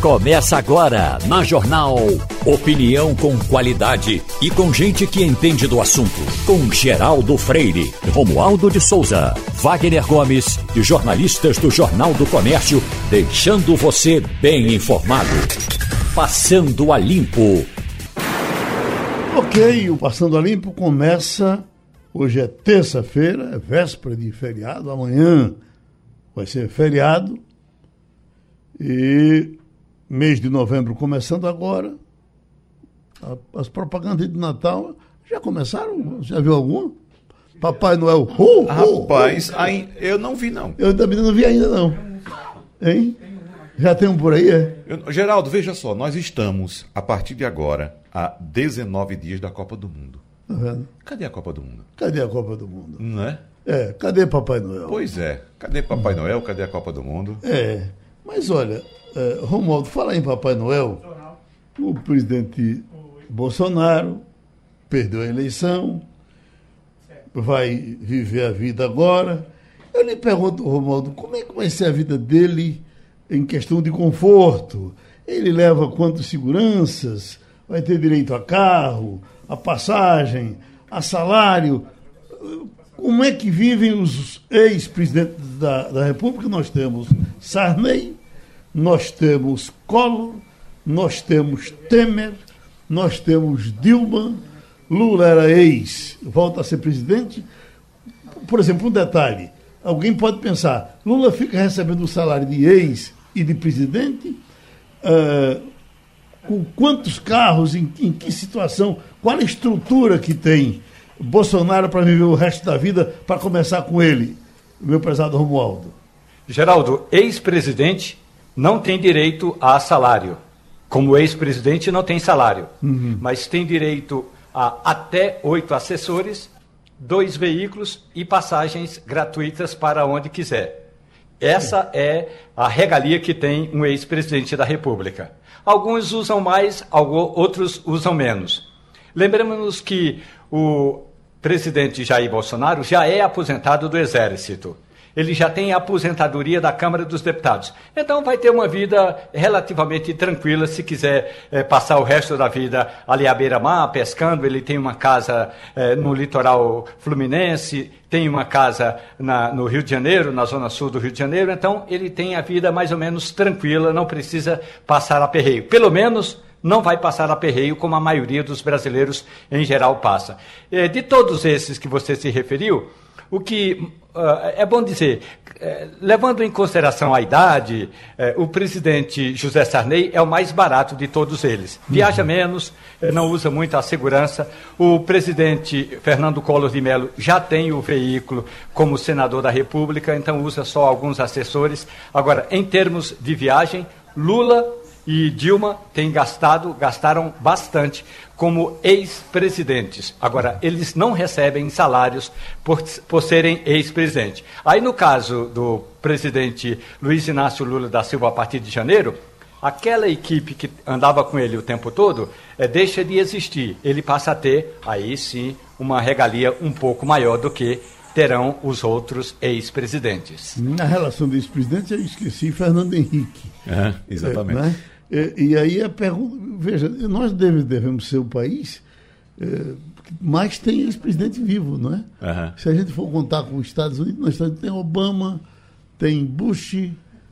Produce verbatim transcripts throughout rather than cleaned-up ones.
Começa agora na Jornal. Opinião com qualidade e com gente que entende do assunto. Com Geraldo Freire, Romualdo de Souza, Wagner Gomes e jornalistas do Jornal do Comércio, deixando você bem informado. Passando a Limpo. Ok, o Passando a Limpo começa. Hoje é terça-feira, é véspera de feriado. Amanhã vai ser feriado. E mês de novembro começando agora. As propagandas de Natal já começaram? Já viu alguma? Papai Noel. Uh, uh, Rapaz, uh, aí, eu não vi, não. Eu também não vi ainda, não. Hein? Já tem um por aí, é? Eu, Geraldo, veja só, nós estamos, a partir de agora, a dezenove dias da Copa do Mundo. Tá vendo? Cadê a Copa do Mundo? Cadê a Copa do Mundo? Não é? É, cadê Papai Noel? Pois é. Cadê Papai hum. Noel? Cadê a Copa do Mundo? É, mas olha, é, Romualdo, falar em Papai Noel, o presidente Bolsonaro perdeu a eleição, vai viver a vida agora. Eu lhe pergunto, Romualdo, como é que vai ser a vida dele em questão de conforto? Ele leva quantas seguranças? Vai ter direito a carro, a passagem, a salário? Como é que vivem os ex-presidentes da, da República? Nós temos Sarney, nós temos Collor, nós temos Temer, nós temos Dilma, Lula era ex, volta a ser presidente. Por exemplo, um detalhe, alguém pode pensar, Lula fica recebendo o salário de ex e de presidente, uh, com quantos carros, em, em que situação, qual a estrutura que tem Bolsonaro para viver o resto da vida, para começar com ele, meu prezado Romualdo? Geraldo, ex-presidente não tem direito a salário. Como ex-presidente não tem salário, uhum. mas tem direito a até oito assessores, dois veículos e passagens gratuitas para onde quiser. Essa é a regalia que tem um ex-presidente da República. Alguns usam mais, outros usam menos. Lembremos-nos que o presidente Jair Bolsonaro já é aposentado do Exército. Ele já tem a aposentadoria da Câmara dos Deputados. Então vai ter uma vida relativamente tranquila se quiser é, passar o resto da vida ali à beira-mar, pescando. Ele tem uma casa é, no litoral fluminense, tem uma casa na, no Rio de Janeiro, na zona sul do Rio de Janeiro. Então ele tem a vida mais ou menos tranquila, não precisa passar aperreio. Pelo menos não vai passar aperreio como a maioria dos brasileiros em geral passa. É, de todos esses que você se referiu, o que uh, é bom dizer, uh, levando em consideração a idade, uh, o presidente José Sarney é o mais barato de todos eles. Viaja menos, uh, não usa muito a segurança. O presidente Fernando Collor de Mello já tem o veículo como senador da República, então usa só alguns assessores. Agora, em termos de viagem, Lula e Dilma têm gastado, gastaram bastante como ex-presidentes. Agora, eles não recebem salários por, por serem ex-presidente. Aí, no caso do presidente Luiz Inácio Lula da Silva, a partir de janeiro, aquela equipe que andava com ele o tempo todo é, deixa de existir. Ele passa a ter, aí sim, uma regalia um pouco maior do que terão os outros ex-presidentes. Na relação do ex-presidente, eu esqueci Fernando Henrique. É, exatamente. É, né? E, e aí a pergunta, veja, nós devemos, devemos ser o país é, que mais tem ex-presidente vivo, não é? Uhum. Se a gente for contar com os Estados Unidos, nós tem Obama, tem Bush,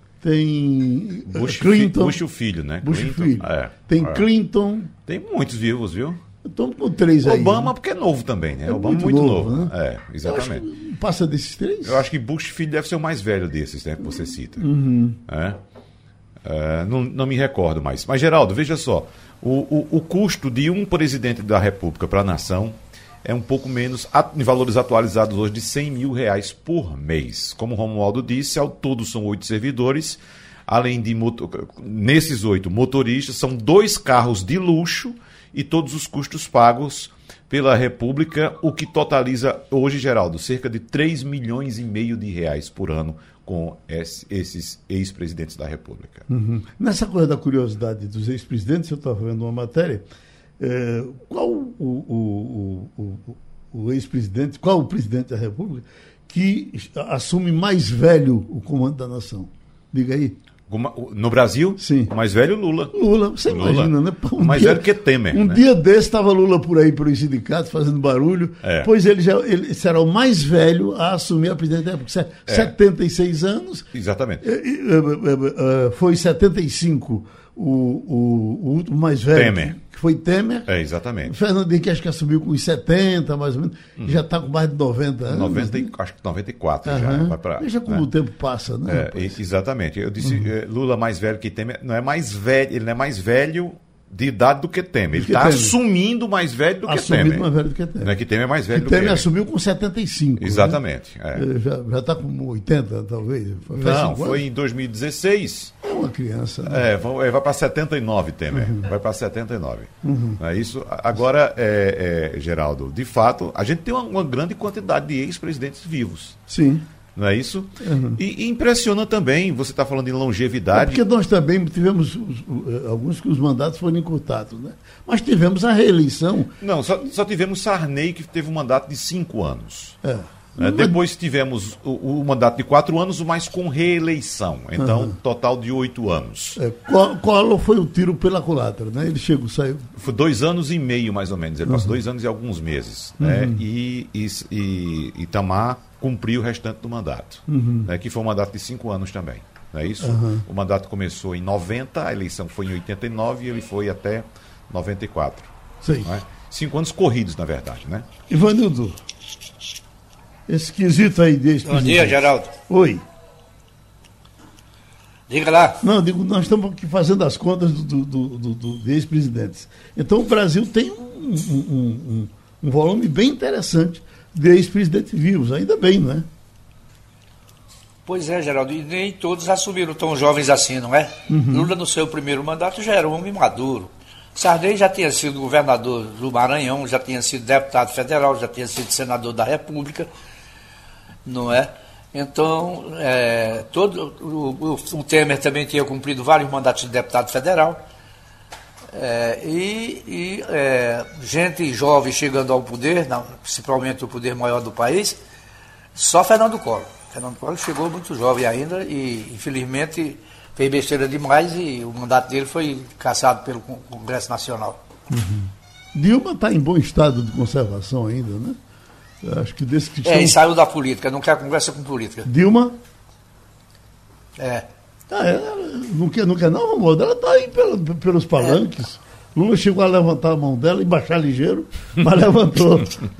tem Bush, Clinton. Bush o filho, né? Bush Clinton, filho. É, tem é. Clinton. Tem muitos vivos, viu? Estamos com três aí. Obama, né? porque é novo também, né? É Obama muito, muito novo, novo. Né? É, exatamente. Eu acho que passa desses três? Eu acho que Bush filho deve ser o mais velho desses, né? Que você cita. Uhum. É. É, não, não me recordo mais. Mas, Geraldo, veja só. O, o, o custo de um presidente da República para a nação é um pouco menos, em valores atualizados hoje, de cem mil reais por mês. Como o Romualdo disse, ao todo são oito servidores. Além de, motor... nesses oito motoristas, são dois carros de luxo e todos os custos pagos pela República, o que totaliza hoje, Geraldo, cerca de três milhões e meio de reais por ano com esses ex-presidentes da República. Uhum. Nessa coisa da curiosidade dos ex-presidentes, eu estava vendo uma matéria, é, qual o, o, o, o, o ex-presidente, qual o presidente da República que assume mais velho o comando da nação? Diga aí. No Brasil? Sim. O mais velho, Lula. Lula, você Lula. Imagina, né? Um mais dia, velho que Temer. Um né? dia desse estava Lula por aí, pelos sindicatos, fazendo barulho, é. pois ele, já, ele será o mais velho a assumir a presidência da República. É. setenta e seis anos. Exatamente. Foi setenta e cinco o, o, o último mais velho. Temer. Que foi Temer. É, exatamente. O Fernando Henrique acho que assumiu com uns setenta, mais ou menos. Uhum. Já está com mais de noventa anos. noventa, acho que noventa e quatro uhum. já. Vai pra, Veja como né? o tempo passa, né? É, exatamente. Eu disse, Uhum. Lula mais velho que Temer. Não é mais velho, ele não é mais velho de idade do que Temer. Ele está assumindo mais velho do que assumindo Temer. mais velho do que Temer. Não é que Temer é mais velho que do que Temer ele. assumiu com setenta e cinco. Exatamente. Né? É. Já está com oitenta, talvez. Faz não, foi em dois mil e dezesseis. É uma criança. Né? É, vai para setenta e nove, Temer. Uhum. Vai para setenta e nove. Uhum. É isso. Agora, é, é, Geraldo, de fato, a gente tem uma, uma grande quantidade de ex-presidentes vivos. Sim. Não é isso? Uhum. E, e impressiona também, você está falando em longevidade. É porque nós também tivemos os, alguns que os mandatos foram encurtados, né? Mas tivemos a reeleição. Não, só, só tivemos Sarney, que teve um mandato de cinco anos. É. É, depois tivemos o, o mandato de quatro anos, mas com reeleição. Então, uhum. total de oito anos. É, Collor foi o tiro pela culatra, né? Ele chegou, saiu. Foi dois anos e meio, mais ou menos. Ele uhum. passou dois anos e alguns meses. Uhum. Né? E, e, e Itamar cumpriu o restante do mandato, uhum. né? Que foi um mandato de cinco anos também. Não é isso? Uhum. O mandato começou em noventa, a eleição foi em oitenta e nove e ele foi até noventa e quatro. Sim. Não é? Cinco anos corridos, na verdade, né? Ivanildo, esse quesito aí desse. Bom dia, Geraldo. Oi. Diga lá. Não, digo, nós estamos aqui fazendo as contas do, do, do, do, do ex-presidentes. Então o Brasil tem um, um, um, um volume bem interessante de ex-presidentes vivos, ainda bem, não é? Pois é, Geraldo, e nem todos assumiram tão jovens assim, não é? Uhum. Lula, no seu primeiro mandato, já era um homem maduro. Sarney já tinha sido governador do Maranhão, já tinha sido deputado federal, já tinha sido senador da República, não é? Então, é, todo, o, o, o Temer também tinha cumprido vários mandatos de deputado federal. É, e e é, gente jovem chegando ao poder, não, principalmente o poder maior do país, só Fernando Collor. Fernando Collor chegou muito jovem ainda e, infelizmente, fez besteira demais e o mandato dele foi cassado pelo Congresso Nacional. Uhum. Dilma está em bom estado de conservação ainda, né? Eu acho que desse que É, são... e saiu da política, não quer conversa com política. Dilma? É. Ah, ela não quer, não quer não, Romualdo? Ela está aí pelo, pelos palanques. É. Lula chegou a levantar a mão dela e baixar ligeiro, mas levantou.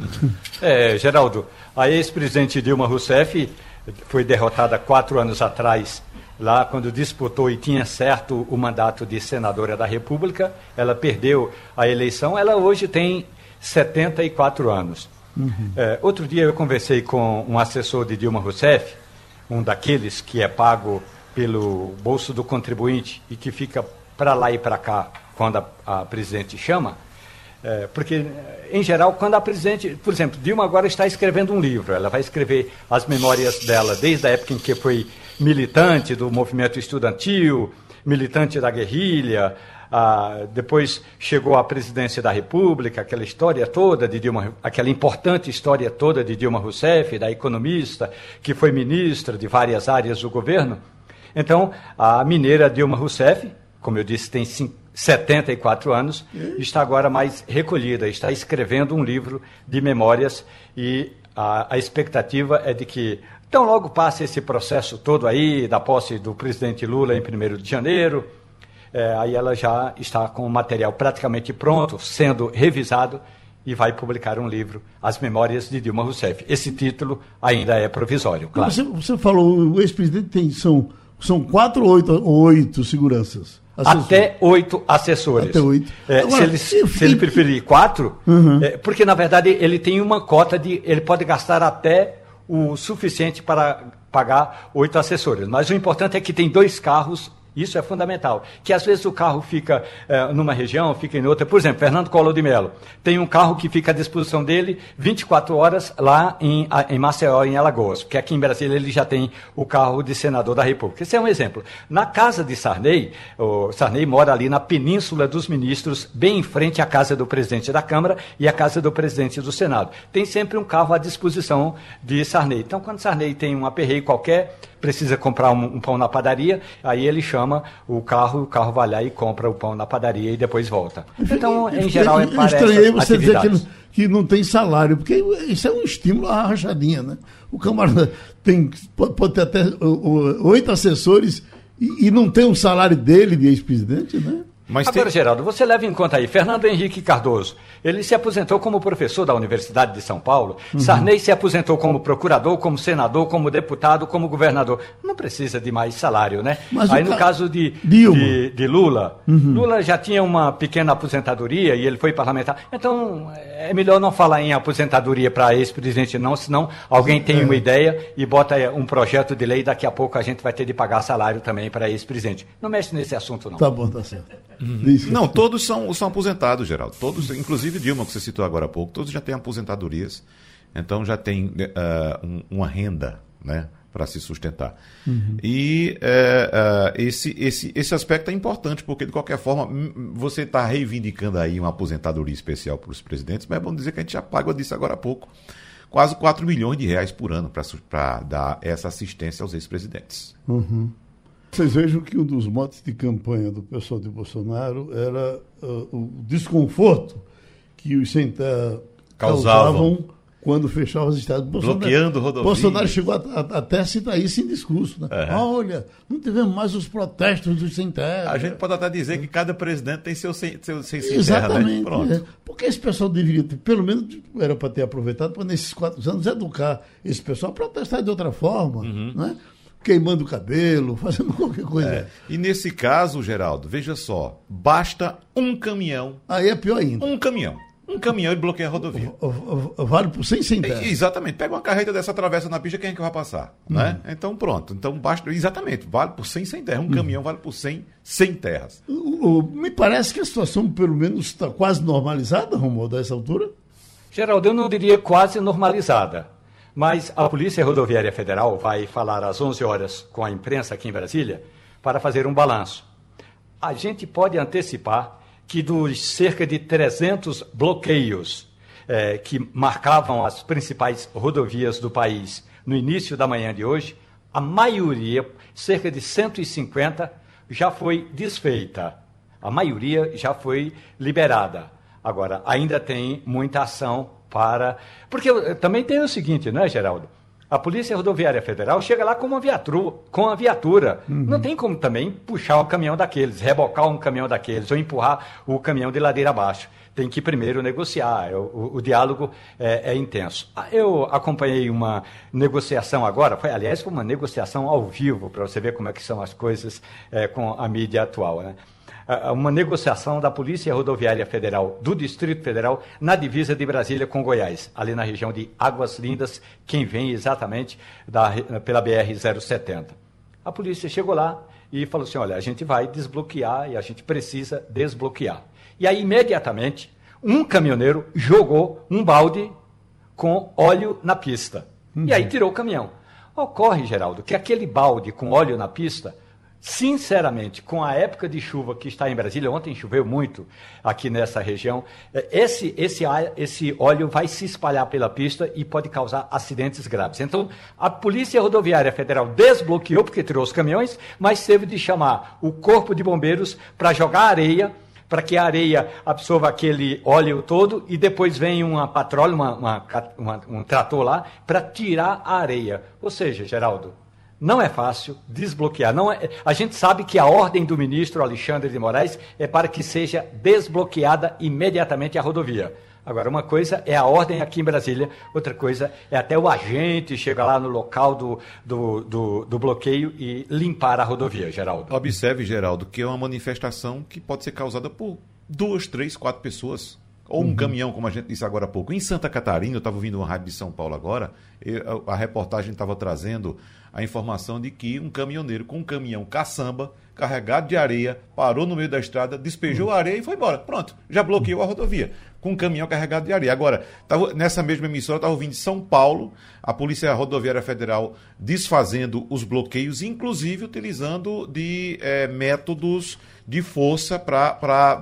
É, Geraldo, a ex-presidente Dilma Rousseff foi derrotada quatro anos atrás, lá quando disputou e tinha certo o mandato de senadora da República. Ela perdeu a eleição, ela hoje tem setenta e quatro anos. Uhum. É, outro dia eu conversei com um assessor de Dilma Rousseff, um daqueles que é pago pelo bolso do contribuinte e que fica para lá e para cá quando a, a presidente chama, é, porque, em geral, quando a presidente, por exemplo, Dilma agora está escrevendo um livro, ela vai escrever as memórias dela desde a época em que foi militante do movimento estudantil, militante da guerrilha, ah, depois chegou à presidência da República, aquela história toda de Dilma, aquela importante história toda de Dilma Rousseff, da economista, que foi ministra de várias áreas do governo. Então, a mineira Dilma Rousseff, como eu disse, tem setenta e quatro anos, está agora mais recolhida, está escrevendo um livro de memórias e a, a expectativa é de que, tão logo passe esse processo todo aí, da posse do presidente Lula em primeiro de janeiro, é, aí ela já está com o material praticamente pronto, sendo revisado, e vai publicar um livro, As Memórias de Dilma Rousseff. Esse título ainda é provisório, claro. Você, você falou, o ex-presidente tem, são, são quatro ou oito, oito seguranças? Assessores. Até oito assessores. Até oito. É, Agora, se, ele, se, se ele preferir quatro, uhum. é, porque na verdade ele tem uma cota de, ele pode gastar até o suficiente para pagar oito assessores. Mas o importante é que tem dois carros. Isso é fundamental, que às vezes o carro fica eh, numa região, fica em outra. Por exemplo, Fernando Collor de Mello tem um carro que fica à disposição dele vinte e quatro horas lá em, em Maceió, em Alagoas, porque aqui em Brasília ele já tem o carro de senador da República. Esse é um exemplo. Na casa de Sarney, o Sarney mora ali na Península dos Ministros, bem em frente à casa do presidente da Câmara e à casa do presidente do Senado. Tem sempre um carro à disposição de Sarney. Então, quando Sarney tem um aperreio qualquer, precisa comprar um, um pão na padaria, aí ele chama o carro, o carro vai lá e compra o pão na padaria e depois volta. Então, em geral, é para essas estranhei você dizer que não, atividades. que não tem salário, porque isso é um estímulo à rachadinha, né? O camarada tem, pode, pode ter até oito assessores e, e não tem um salário dele de ex-presidente, né? Mas Agora, tem... Geraldo, você leva em conta aí, Fernando Henrique Cardoso, ele se aposentou como professor da Universidade de São Paulo, uhum. Sarney se aposentou como procurador, como senador, como deputado, como governador. Não precisa de mais salário, né? Mas aí no ca... caso de, de, de Lula, uhum. Lula já tinha uma pequena aposentadoria e ele foi parlamentar. Então, é melhor não falar em aposentadoria para ex-presidente não, senão alguém tem uma ideia e bota um projeto de lei, daqui a pouco a gente vai ter de pagar salário também para ex-presidente. Não mexe nesse assunto, não. Tá bom, tá certo. Uhum. Não, todos são, são aposentados, Geraldo. Todos, inclusive Dilma, que você citou agora há pouco, todos já têm aposentadorias, então já tem uh, um, uma renda, né, para se sustentar. Uhum. E uh, uh, esse, esse, esse aspecto é importante, porque de qualquer forma você está reivindicando aí uma aposentadoria especial para os presidentes, mas é bom dizer que a gente já paga, eu disse agora há pouco, quase quatro milhões de reais por ano para dar essa assistência aos ex-presidentes. Uhum. Vocês vejam que um dos motes de campanha do pessoal de Bolsonaro era uh, o desconforto que os sem terra causavam quando fechavam as estradas. Bloqueando rodovias. Bolsonaro chegou a, a, até a citar isso em discurso. Né? Uhum. Olha, não tivemos mais os protestos dos sem terra. A gente pode até dizer que cada presidente tem seu sem, seu, sem, sem Exatamente, terra, né? Pronto. É. Porque esse pessoal deveria ter, pelo menos era para ter aproveitado para nesses quatro anos educar esse pessoal a protestar de outra forma, uhum. né? Queimando o cabelo, fazendo qualquer coisa. É. E nesse caso, Geraldo, veja só, basta um caminhão. Aí é pior ainda. Um caminhão. Um caminhão e bloqueia a rodovia. O, o, o, vale por cem sem terra. Exatamente. Pega uma carreta dessa, atravessa na pista, quem é que vai passar? Uhum. Né? Então, pronto. Então, basta. Exatamente. Vale por cem sem terra. Um uhum. caminhão vale por cem sem terras. O, o, me parece que a situação, pelo menos, está quase normalizada, Romualdo, a essa altura? Geraldo, eu não diria quase normalizada. Mas a Polícia Rodoviária Federal vai falar às onze horas com a imprensa aqui em Brasília para fazer um balanço. A gente pode antecipar que dos cerca de trezentos bloqueios eh, que marcavam as principais rodovias do país no início da manhã de hoje, a maioria, cerca de cento e cinquenta, já foi desfeita. A maioria já foi liberada. Agora, ainda tem muita ação para... Porque também tem o seguinte, não é, Geraldo? A Polícia Rodoviária Federal chega lá com uma viatura, com uma viatura. Uhum. Não tem como também puxar o caminhão daqueles, rebocar um caminhão daqueles, ou empurrar o caminhão de ladeira abaixo. Tem que primeiro negociar, o, o, o diálogo é, é intenso. Eu acompanhei uma negociação agora, foi, aliás, foi uma negociação ao vivo, para você ver como é que são as coisas é, com a mídia atual, né? Uma negociação da Polícia Rodoviária Federal do Distrito Federal na divisa de Brasília com Goiás, ali na região de Águas Lindas, quem vem exatamente da, pela B R zero setenta. A polícia chegou lá e falou assim, olha, a gente vai desbloquear e a gente precisa desbloquear. E aí, imediatamente, um caminhoneiro jogou um balde com óleo na pista. Uhum. E aí tirou o caminhão. Ocorre, Geraldo, que aquele balde com óleo na pista, sinceramente, com a época de chuva que está em Brasília, ontem choveu muito aqui nessa região, esse, esse, esse óleo vai se espalhar pela pista e pode causar acidentes graves. Então, a Polícia Rodoviária Federal desbloqueou, porque tirou os caminhões, mas teve de chamar o Corpo de Bombeiros para jogar areia, para que a areia absorva aquele óleo todo e depois vem uma patrulha, uma, uma, uma, um trator lá, para tirar a areia. Ou seja, Geraldo, não é fácil desbloquear. Não é, a gente sabe que a ordem do ministro Alexandre de Moraes é para que seja desbloqueada imediatamente a rodovia. Agora, uma coisa é a ordem aqui em Brasília, outra coisa é até o agente chegar lá no local do, do, do, do bloqueio e limpar a rodovia, Geraldo. Observe, Geraldo, que é uma manifestação que pode ser causada por duas, três, quatro pessoas. Ou um uhum. caminhão, como a gente disse agora há pouco. Em Santa Catarina, eu estava ouvindo uma rádio de São Paulo agora, a, a reportagem estava trazendo a informação de que um caminhoneiro com um caminhão caçamba, carregado de areia, parou no meio da estrada, despejou uhum. a areia e foi embora. Pronto, já bloqueou a rodovia, com um caminhão carregado de areia. Agora, tava, nessa mesma emissora, eu estava ouvindo de São Paulo, a Polícia Rodoviária Federal desfazendo os bloqueios, inclusive utilizando de é, métodos de força para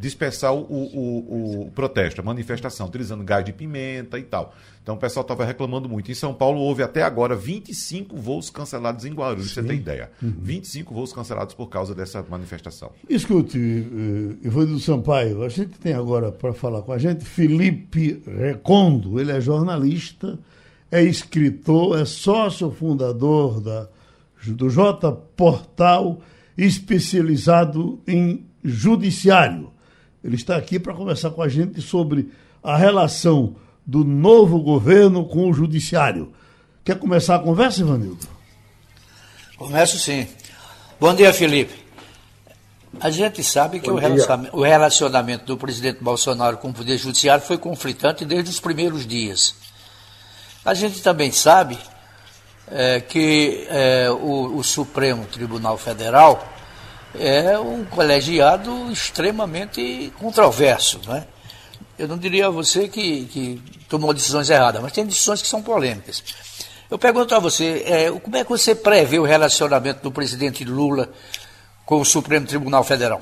dispersar o, o, o protesto, a manifestação, utilizando gás de pimenta e tal. Então o pessoal estava reclamando muito. Em São Paulo houve até agora vinte e cinco voos cancelados em Guarulhos, pra você ter ideia. Uhum. vinte e cinco voos cancelados por causa dessa manifestação. Escute, Ivanildo Sampaio, a gente tem agora para falar com a gente Felipe Recondo. Ele é jornalista, é escritor, é sócio fundador da, do J Portal, especializado em judiciário. Ele está aqui para conversar com a gente sobre a relação do novo governo com o judiciário. Quer começar a conversa, Ivanildo? Começo sim. Bom dia, Felipe. A gente sabe que o relacionamento, o relacionamento do presidente Bolsonaro com o Poder Judiciário foi conflitante desde os primeiros dias. A gente também sabe é, que é, o, o Supremo Tribunal Federal é um colegiado extremamente controverso, né? Eu não diria a você que, que tomou decisões erradas, mas tem decisões que são polêmicas. Eu pergunto a você, é, como é que você prevê o relacionamento do presidente Lula com o Supremo Tribunal Federal?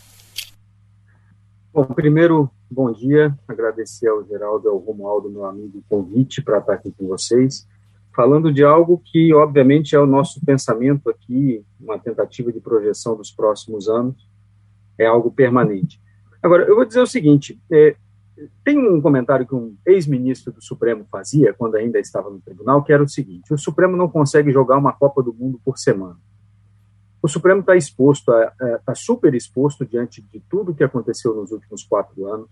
Bom, primeiro, bom dia, agradecer ao Geraldo e ao Romualdo, meu amigo, o convite para estar aqui com vocês, falando de algo que, obviamente, é o nosso pensamento aqui, uma tentativa de projeção dos próximos anos, é algo permanente. Agora, eu vou dizer o seguinte, é, tem um comentário que um ex-ministro do Supremo fazia, quando ainda estava no tribunal, que era o seguinte: o Supremo não consegue jogar uma Copa do Mundo por semana. O Supremo está exposto, está super exposto diante de tudo que aconteceu nos últimos quatro anos.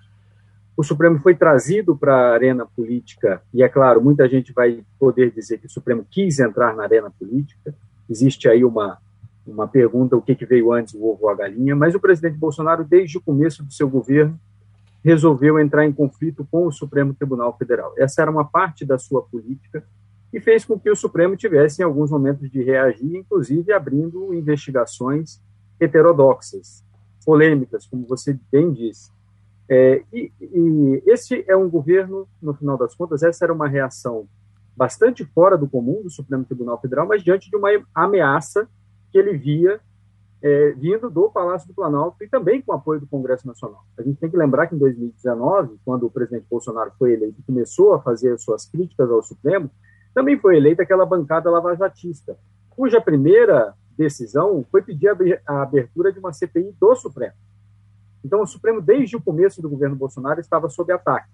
O Supremo foi trazido para a arena política, e é claro, muita gente vai poder dizer que o Supremo quis entrar na arena política. Existe aí uma, uma pergunta, o que, que veio antes, o ovo ou a galinha, mas o presidente Bolsonaro, desde o começo do seu governo, resolveu entrar em conflito com o Supremo Tribunal Federal. Essa era uma parte da sua política e fez com que o Supremo tivesse, em alguns momentos, de reagir, inclusive abrindo investigações heterodoxas, polêmicas, como você bem disse. É, e, e esse é um governo, no final das contas, essa era uma reação bastante fora do comum do Supremo Tribunal Federal, mas diante de uma ameaça que ele via É, vindo do Palácio do Planalto e também com o apoio do Congresso Nacional. A gente tem que lembrar que em dois mil e dezenove, quando o presidente Bolsonaro foi eleito e começou a fazer as suas críticas ao Supremo, também foi eleita aquela bancada lavajatista, cuja primeira decisão foi pedir a abertura de uma C P I do Supremo. Então, o Supremo, desde o começo do governo Bolsonaro, estava sob ataque.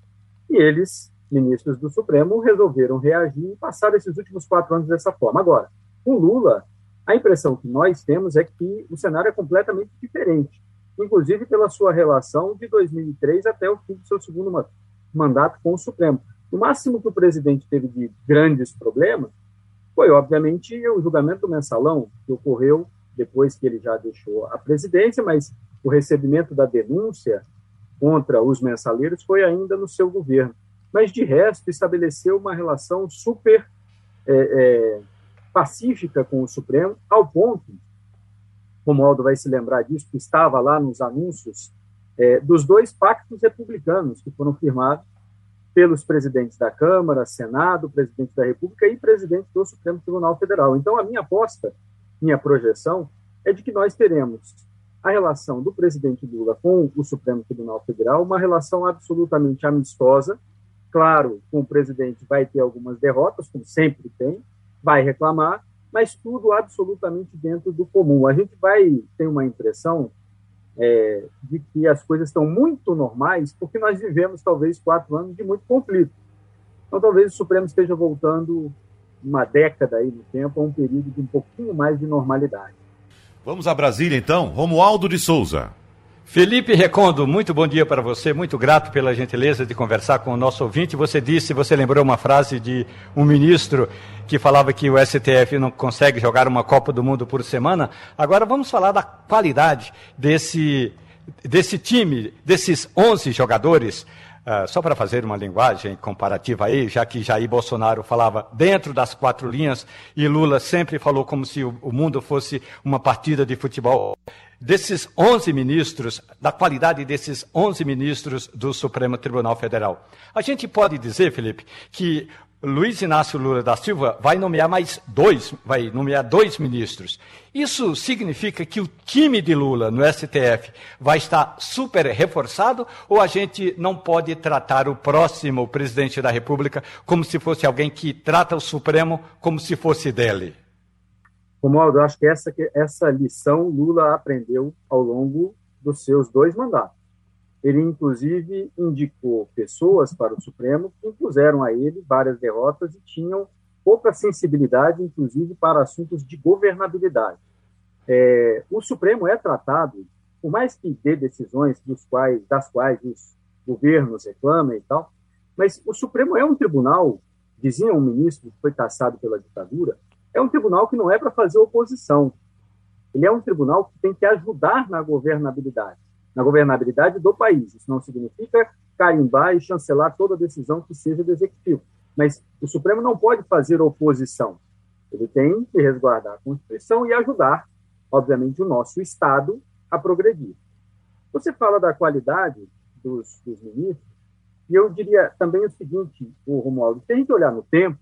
E eles, ministros do Supremo, resolveram reagir e passar esses últimos quatro anos dessa forma. Agora, com Lula, a impressão que nós temos é que o cenário é completamente diferente, inclusive pela sua relação de dois mil e três até o fim do seu segundo mandato com o Supremo. O máximo que o presidente teve de grandes problemas foi, obviamente, o julgamento do mensalão, que ocorreu depois que ele já deixou a presidência, mas o recebimento da denúncia contra os mensaleiros foi ainda no seu governo. Mas, de resto, estabeleceu uma relação super é, é, pacífica com o Supremo, ao ponto, como o Aldo vai se lembrar disso, que estava lá nos anúncios é, dos dois pactos republicanos que foram firmados pelos presidentes da Câmara, Senado, presidente da República e presidente do Supremo Tribunal Federal. Então, a minha aposta, minha projeção, é de que nós teremos a relação do presidente Lula com o Supremo Tribunal Federal, uma relação absolutamente amistosa. Claro, com o presidente vai ter algumas derrotas, como sempre tem, vai reclamar, mas tudo absolutamente dentro do comum. A gente vai ter uma impressão é, de que as coisas estão muito normais, porque nós vivemos talvez quatro anos de muito conflito. Então talvez o Supremo esteja voltando uma década aí no tempo a um período de um pouquinho mais de normalidade. Vamos a Brasília então, Romualdo de Souza. Felipe Recondo, muito bom dia para você, muito grato pela gentileza de conversar com o nosso ouvinte. Você disse, você lembrou uma frase de um ministro que falava que o S T F não consegue jogar uma Copa do Mundo por semana. Agora vamos falar da qualidade desse, desse time, desses onze jogadores. Uh, só para fazer uma linguagem comparativa aí, já que Jair Bolsonaro falava dentro das quatro linhas e Lula sempre falou como se o, o mundo fosse uma partida de futebol. Desses onze ministros, da qualidade desses onze ministros do Supremo Tribunal Federal, a gente pode dizer, Felipe, que Luiz Inácio Lula da Silva vai nomear mais dois, vai nomear dois ministros. Isso significa que o time de Lula no S T F vai estar super reforçado ou a gente não pode tratar o próximo presidente da República como se fosse alguém que trata o Supremo como se fosse dele? Romualdo, eu acho que essa, essa lição Lula aprendeu ao longo dos seus dois mandatos. Ele, inclusive, indicou pessoas para o Supremo que impuseram a ele várias derrotas e tinham pouca sensibilidade, inclusive, para assuntos de governabilidade. É, o Supremo é tratado, por mais que dê decisões dos quais, das quais os governos reclamam e tal, mas o Supremo é um tribunal, dizia um ministro que foi cassado pela ditadura, é um tribunal que não é para fazer oposição. Ele é um tribunal que tem que ajudar na governabilidade. na governabilidade do país. Isso não significa carimbar e chancelar toda decisão que seja do Executivo. Mas o Supremo não pode fazer oposição. Ele tem que resguardar a Constituição e ajudar, obviamente, o nosso Estado a progredir. Você fala da qualidade dos, dos ministros, e eu diria também o seguinte, o Romualdo, se a gente olhar no tempo,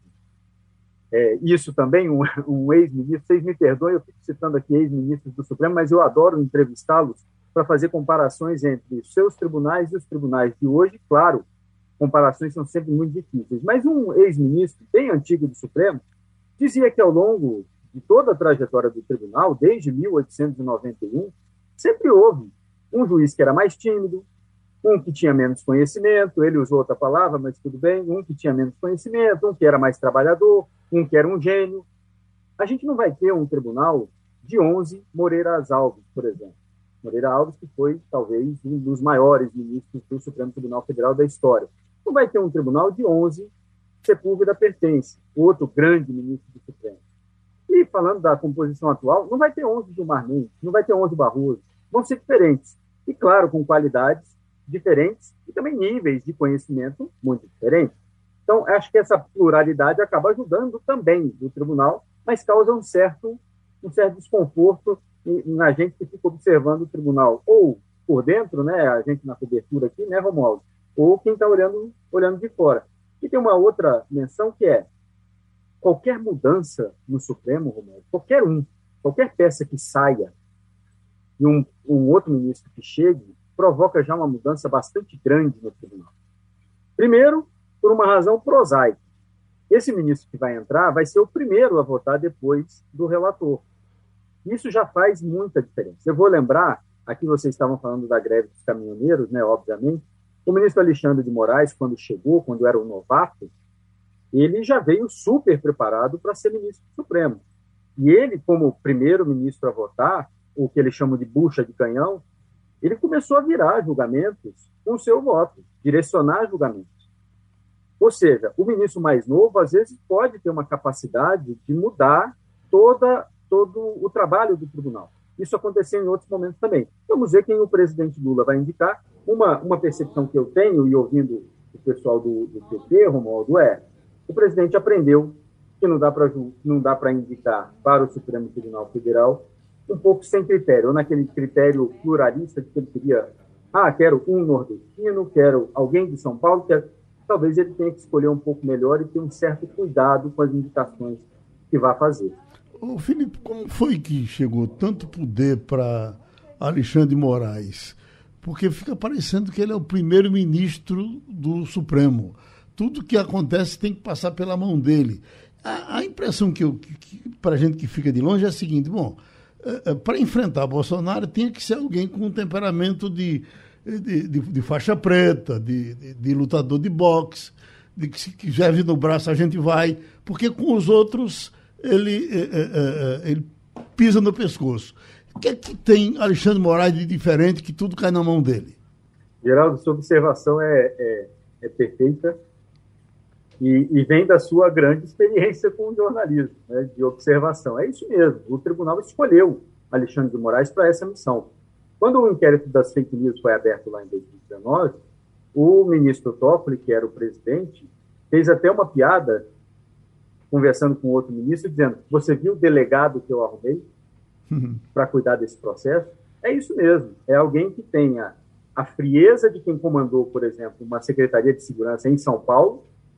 é, isso também, um, um ex-ministro, vocês me perdoem, eu fico citando aqui ex-ministros do Supremo, mas eu adoro entrevistá-los para fazer comparações entre os seus tribunais e os tribunais de hoje. Claro, comparações são sempre muito difíceis, mas um ex-ministro bem antigo do Supremo dizia que ao longo de toda a trajetória do tribunal, desde mil oitocentos e noventa e um, sempre houve um juiz que era mais tímido, um que tinha menos conhecimento, ele usou outra palavra, mas tudo bem, um que tinha menos conhecimento, um que era mais trabalhador, um que era um gênio. A gente não vai ter um tribunal de onze Moreiras Alves, por exemplo. Moreira Alves, que foi, talvez, um dos maiores ministros do Supremo Tribunal Federal da história. Não vai ter um tribunal de onze Sepúlveda Pertence, outro grande ministro do Supremo. E, falando da composição atual, não vai ter onze Gilmar Mendes, não vai ter onze Barroso. Vão ser diferentes. E, claro, com qualidades diferentes e também níveis de conhecimento muito diferentes. Então, acho que essa pluralidade acaba ajudando também o tribunal, mas causa um certo, um certo desconforto na gente que fica observando o tribunal, ou por dentro, né, a gente na cobertura aqui, né, Romualdo, ou quem está olhando, olhando de fora. E tem uma outra menção que é, qualquer mudança no Supremo, Romualdo, qualquer um, qualquer peça que saia e um, um outro ministro que chegue, provoca já uma mudança bastante grande no tribunal. Primeiro, por uma razão prosaica. Esse ministro que vai entrar vai ser o primeiro a votar depois do relator. Isso já faz muita diferença. Eu vou lembrar, aqui vocês estavam falando da greve dos caminhoneiros, né, obviamente, o ministro Alexandre de Moraes, quando chegou, quando era um novato, ele já veio super preparado para ser ministro do Supremo. E ele, como primeiro ministro a votar, o que eles chamam de bucha de canhão, ele começou a virar julgamentos com o seu voto, direcionar julgamentos. Ou seja, o ministro mais novo, às vezes, pode ter uma capacidade de mudar toda todo o trabalho do tribunal. Isso aconteceu em outros momentos também. Vamos ver quem o presidente Lula vai indicar. Uma, uma percepção que eu tenho, e ouvindo o pessoal do, do P T, Romualdo, é o presidente aprendeu que não dá para não dá para indicar para o Supremo Tribunal Federal um pouco sem critério, ou naquele critério pluralista de que ele queria, ah, quero um nordestino, quero alguém de São Paulo, quero... talvez ele tenha que escolher um pouco melhor e ter um certo cuidado com as indicações que vai fazer. Ô, Felipe, como foi que chegou tanto poder para Alexandre de Moraes? Porque fica parecendo que ele é o primeiro-ministro do Supremo. Tudo que acontece tem que passar pela mão dele. A, a impressão que, eu, que, que para a gente que fica de longe é a seguinte, bom, é, é, para enfrentar Bolsonaro tinha que ser alguém com um temperamento de, de, de, de faixa preta, de, de, de lutador de boxe, de que se quiser vir no braço a gente vai, porque com os outros ele, é, é, ele pisa no pescoço. O que é que tem Alexandre de Moraes de diferente que tudo cai na mão dele? Geraldo, sua observação é, é, é perfeita e, e vem da sua grande experiência com o jornalismo, né, de observação. É isso mesmo, o tribunal escolheu Alexandre de Moraes para essa missão. Quando o inquérito das fake news foi aberto lá em dois mil e dezenove, o ministro Toffoli, que era o presidente, fez até uma piada, conversando com outro ministro, dizendo, você viu o delegado que eu arrumei para cuidar desse processo? É isso mesmo, é alguém que tenha a frieza de quem comandou, por exemplo, uma Secretaria de Segurança em São Paulo,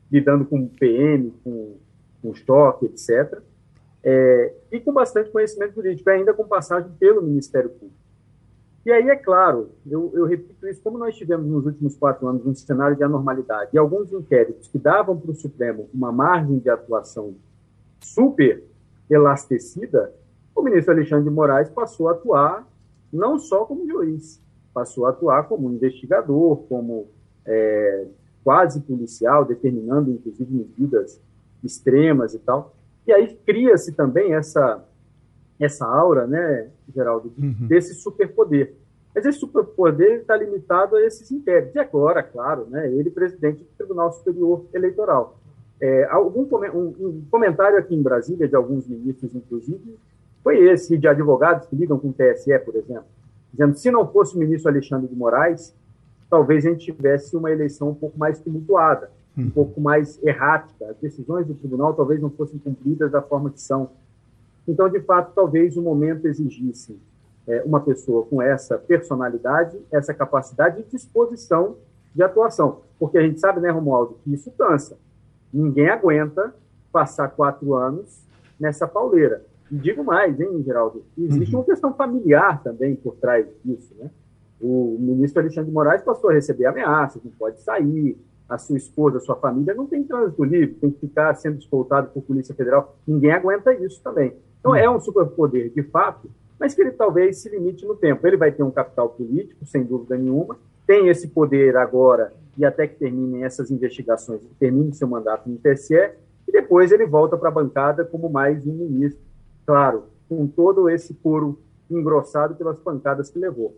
lidando com P M, com, com choque, etcétera, é, e com bastante conhecimento jurídico, ainda com passagem pelo Ministério Público. E aí, é claro, eu, eu repito isso, como nós tivemos nos últimos quatro anos um cenário de anormalidade e alguns inquéritos que davam para o Supremo uma margem de atuação super elastecida, o ministro Alexandre de Moraes passou a atuar não só como juiz, passou a atuar como investigador, como é, quase policial, determinando, inclusive, medidas extremas e tal. E aí cria-se também essa, essa aura, né, Geraldo, uhum. desse superpoder. Mas esse superpoder está limitado a esses inquéritos. E agora, claro, né, ele presidente do Tribunal Superior Eleitoral. É, algum um, um comentário aqui em Brasília, de alguns ministros, inclusive, foi esse, de advogados que lidam com o T S E, por exemplo, dizendo que se não fosse o ministro Alexandre de Moraes, talvez a gente tivesse uma eleição um pouco mais tumultuada, um hum. pouco mais errática. As decisões do tribunal talvez não fossem cumpridas da forma que são. Então, de fato, talvez o momento exigisse é, uma pessoa com essa personalidade, essa capacidade e disposição de atuação. Porque a gente sabe, né, Romualdo, que isso cansa. Ninguém aguenta passar quatro anos nessa pauleira. E digo mais, hein, Geraldo? Existe uhum. uma questão familiar também por trás disso, né? O ministro Alexandre de Moraes passou a receber ameaças, não pode sair, a sua esposa, a sua família não tem trânsito livre, tem que ficar sendo escoltado por Polícia Federal. Ninguém aguenta isso também. Então, uhum. é um superpoder, de fato, mas que ele talvez se limite no tempo. Ele vai ter um capital político, sem dúvida nenhuma, tem esse poder agora, e até que terminem essas investigações, termine seu mandato no T S E, e depois ele volta para a bancada como mais um ministro, claro, com todo esse couro engrossado pelas pancadas que levou.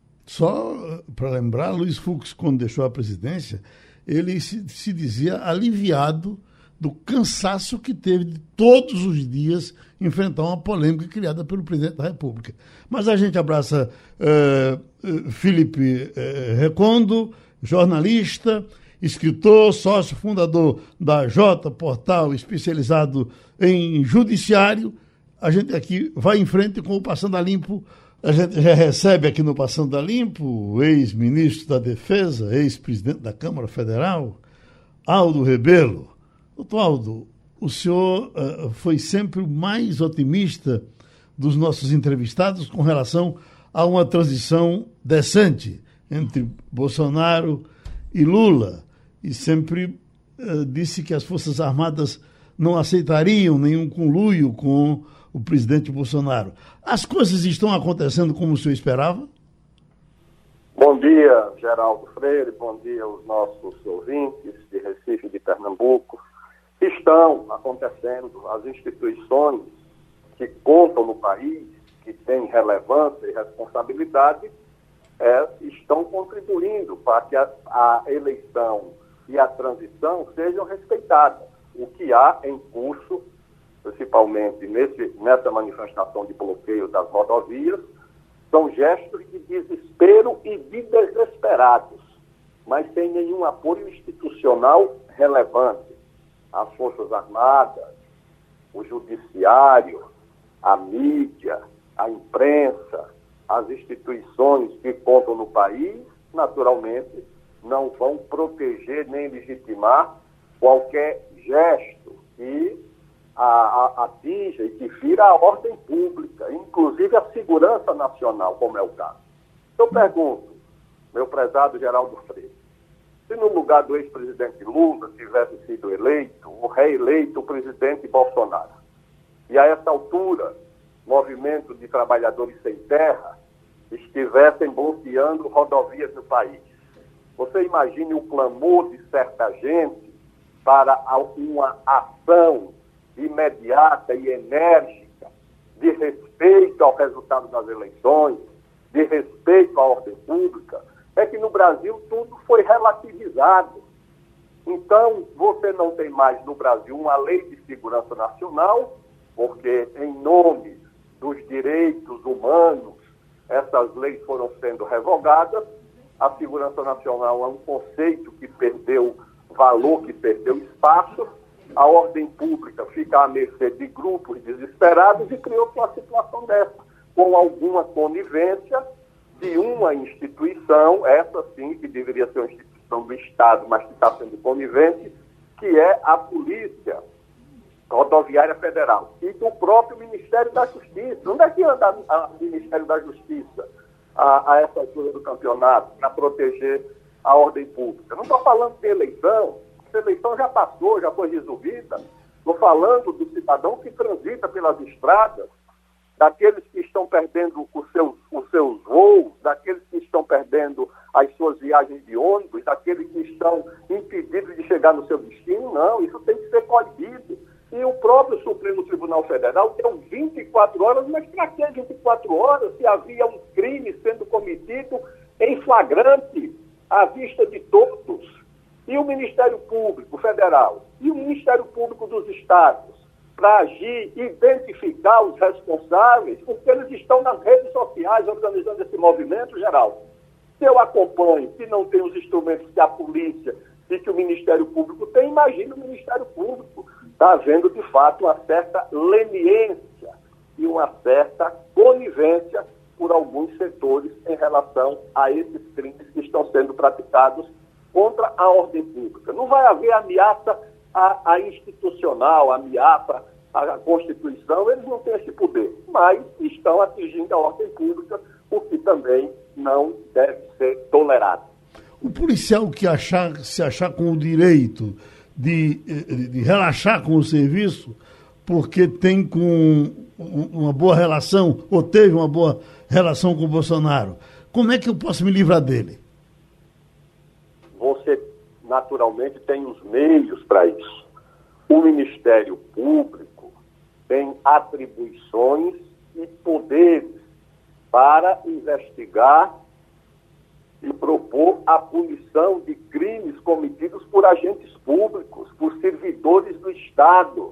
Só para lembrar, Luiz Fux, quando deixou a presidência, ele se, se dizia aliviado do cansaço que teve de todos os dias enfrentar uma polêmica criada pelo presidente da República. Mas a gente abraça uh, Felipe uh, Recondo, jornalista, escritor, sócio fundador da J, portal especializado em judiciário. A gente aqui vai em frente com o Passando a Limpo. A gente já recebe aqui no Passando a Limpo o ex-ministro da Defesa, ex-presidente da Câmara Federal, Aldo Rebelo. Doutor Aldo, o senhor uh, foi sempre o mais otimista dos nossos entrevistados com relação a uma transição decente entre Bolsonaro e Lula, e sempre uh, disse que as Forças Armadas não aceitariam nenhum conluio com o presidente Bolsonaro. As coisas estão acontecendo como o senhor esperava? Bom dia, Geraldo Freire, bom dia aos nossos ouvintes de Recife e de Pernambuco. Estão acontecendo, as instituições que contam no país, que têm relevância e responsabilidade, é, estão contribuindo para que a, a eleição e a transição sejam respeitadas. O que há em curso, principalmente nesse, nessa manifestação de bloqueio das rodovias, são gestos de desespero e de desesperados, mas sem nenhum apoio institucional relevante. As Forças Armadas, o Judiciário, a mídia, a imprensa, as instituições que contam no país, naturalmente, não vão proteger nem legitimar qualquer gesto que a, a, atinja e que fira a ordem pública, inclusive a segurança nacional, como é o caso. Eu pergunto, meu prezado Geraldo Freire, se no lugar do ex-presidente Lula tivesse sido eleito ou reeleito o presidente Bolsonaro, e a essa altura, movimento de trabalhadores sem terra estivessem bloqueando rodovias no país, você imagine o clamor de certa gente para uma ação imediata e enérgica de respeito ao resultado das eleições, de respeito à ordem pública. É que no Brasil tudo foi relativizado. Então, você não tem mais no Brasil uma lei de segurança nacional, porque em nome dos direitos humanos, essas leis foram sendo revogadas. A segurança nacional é um conceito que perdeu valor, que perdeu espaço. A ordem pública fica à mercê de grupos desesperados e criou uma situação dessa, com alguma conivência de uma instituição, essa sim, que deveria ser uma instituição do Estado, mas que está sendo conivente, que é a Polícia Rodoviária Federal e do próprio Ministério da Justiça. Onde é que anda o Ministério da Justiça a, a essa altura do campeonato para proteger a ordem pública? Não estou falando de eleição, a eleição já passou, já foi resolvida. Estou falando do cidadão que transita pelas estradas, daqueles que estão perdendo os seus, os seus voos, daqueles que estão perdendo as suas viagens de ônibus, daqueles que estão impedidos de chegar no seu destino. Não, isso tem que ser coibido. E o próprio Supremo Tribunal Federal deu vinte e quatro horas, mas para que vinte e quatro horas se havia um crime sendo cometido em flagrante, à vista de todos? E o Ministério Público Federal e o Ministério Público dos Estados, para agir, identificar os responsáveis, porque eles estão nas redes sociais organizando esse movimento, Geraldo. Se eu acompanho, se não tem os instrumentos que a polícia e que o Ministério Público tem, imagina o Ministério Público. Está havendo, de fato, uma certa leniência e uma certa conivência por alguns setores em relação a esses crimes que estão sendo praticados contra a ordem pública. Não vai haver ameaça à, à institucional, ameaça à Constituição, eles não têm esse poder, mas estão atingindo a ordem pública, o que também não deve ser tolerado. O policial que achar, se achar com o direito de, de relaxar com o serviço, porque tem com uma boa relação, ou teve uma boa relação com o Bolsonaro, como é que eu posso me livrar dele? Você, naturalmente, tem os meios para isso. O Ministério Público tem atribuições e poderes para investigar e propor a punição de crimes cometidos por agentes públicos, por servidores do Estado,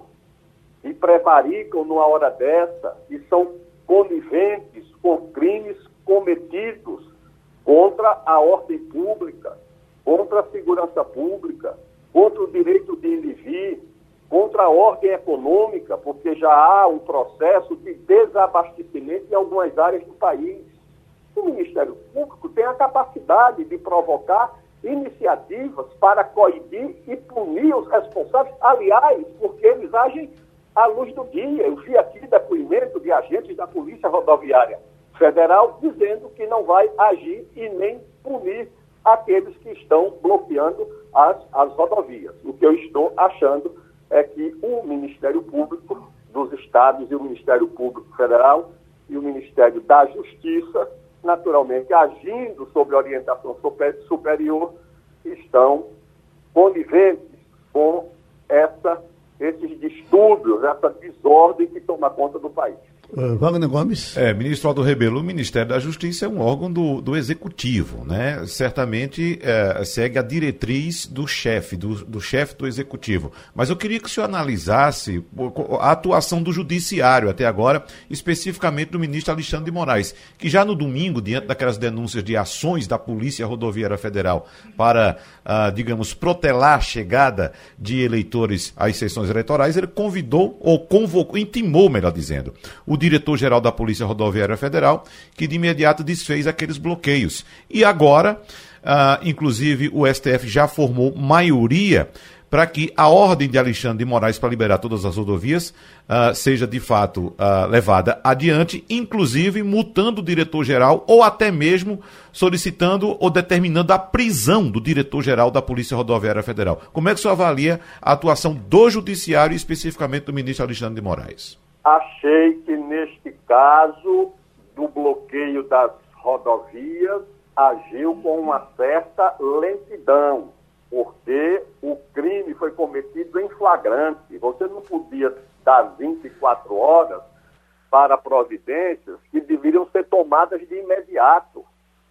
e prevaricam numa hora dessa e são coniventes com crimes cometidos contra a ordem pública, contra a segurança pública, contra o direito de ir e vir, contra a ordem econômica, porque já há um processo de desabastecimento em algumas áreas do país. O Ministério Público tem a capacidade de provocar iniciativas para coibir e punir os responsáveis, aliás, porque eles agem à luz do dia. Eu vi aqui depoimento de agentes da Polícia Rodoviária Federal dizendo que não vai agir e nem punir aqueles que estão bloqueando as, as rodovias. O que eu estou achando é que o Ministério Público dos Estados e o Ministério Público Federal e o Ministério da Justiça, naturalmente, agindo sob orientação super, superior, estão coniventes com essa, esses distúrbios, essa desordem que toma conta do país. Uh, Wagner Gomes. É, ministro Aldo Rebelo, o Ministério da Justiça é um órgão do, do Executivo, né? Certamente é, segue a diretriz do chefe, do, do chefe do Executivo. Mas eu queria que o senhor analisasse a atuação do Judiciário até agora, especificamente do ministro Alexandre de Moraes, que já no domingo, diante daquelas denúncias de ações da Polícia Rodoviária Federal para, ah, digamos, protelar a chegada de eleitores às sessões eleitorais, ele convidou, ou convocou, intimou, melhor dizendo, o diretor-geral da Polícia Rodoviária Federal, que de imediato desfez aqueles bloqueios. E agora, ah, inclusive, o S T F já formou maioria para que a ordem de Alexandre de Moraes para liberar todas as rodovias ah, seja, de fato, ah, levada adiante, inclusive multando o diretor-geral ou até mesmo solicitando ou determinando a prisão do diretor-geral da Polícia Rodoviária Federal. Como é que o senhor avalia a atuação do Judiciário e especificamente do ministro Alexandre de Moraes? Achei que, neste caso do bloqueio das rodovias, agiu com uma certa lentidão, porque o crime foi cometido em flagrante. Você não podia dar vinte e quatro horas para providências que deveriam ser tomadas de imediato.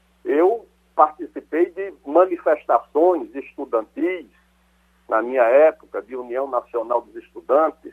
Eu participei de manifestações estudantis, na minha época, de União Nacional dos Estudantes.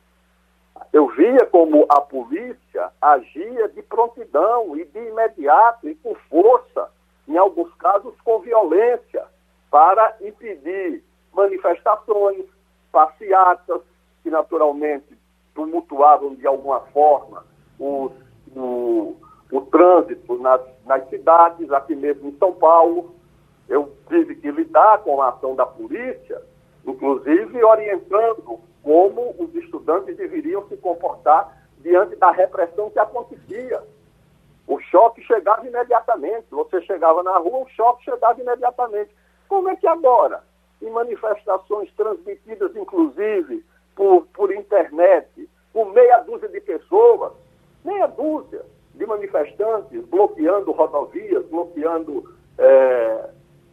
Eu via como a polícia agia de prontidão e de imediato e com força, em alguns casos com violência, para impedir manifestações, passeatas, que naturalmente tumultuavam de alguma forma o, o, o trânsito nas, nas cidades, aqui mesmo em São Paulo. Eu tive que lidar com a ação da polícia inclusive orientando como os estudantes deveriam se comportar diante da repressão que acontecia. O choque chegava imediatamente. Você chegava na rua, o choque chegava imediatamente. Como é que agora, em manifestações transmitidas, inclusive, por, por internet, por meia dúzia de pessoas, meia dúzia de manifestantes bloqueando rodovias, bloqueando é,